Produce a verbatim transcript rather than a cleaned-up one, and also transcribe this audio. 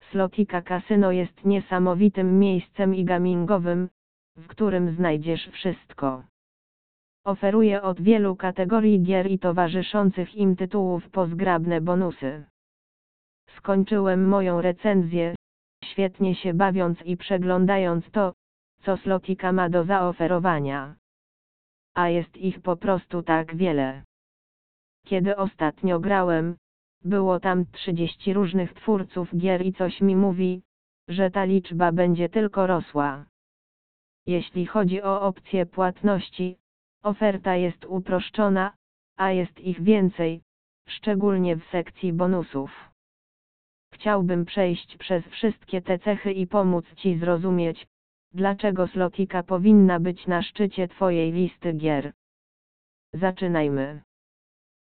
Slotika Casino jest niesamowitym miejscem e-gamingowym, w którym znajdziesz wszystko. Oferuje od wielu kategorii gier i towarzyszących im tytułów po zgrabne bonusy. Skończyłem moją recenzję, świetnie się bawiąc i przeglądając to, co Slotika ma do zaoferowania. A jest ich po prostu tak wiele. Kiedy ostatnio grałem, było tam trzydzieści różnych twórców gier i coś mi mówi, że ta liczba będzie tylko rosła. Jeśli chodzi o opcje płatności, oferta jest uproszczona, a jest ich więcej, szczególnie w sekcji bonusów. Chciałbym przejść przez wszystkie te cechy i pomóc Ci zrozumieć, dlaczego Slotika powinna być na szczycie Twojej listy gier. Zaczynajmy.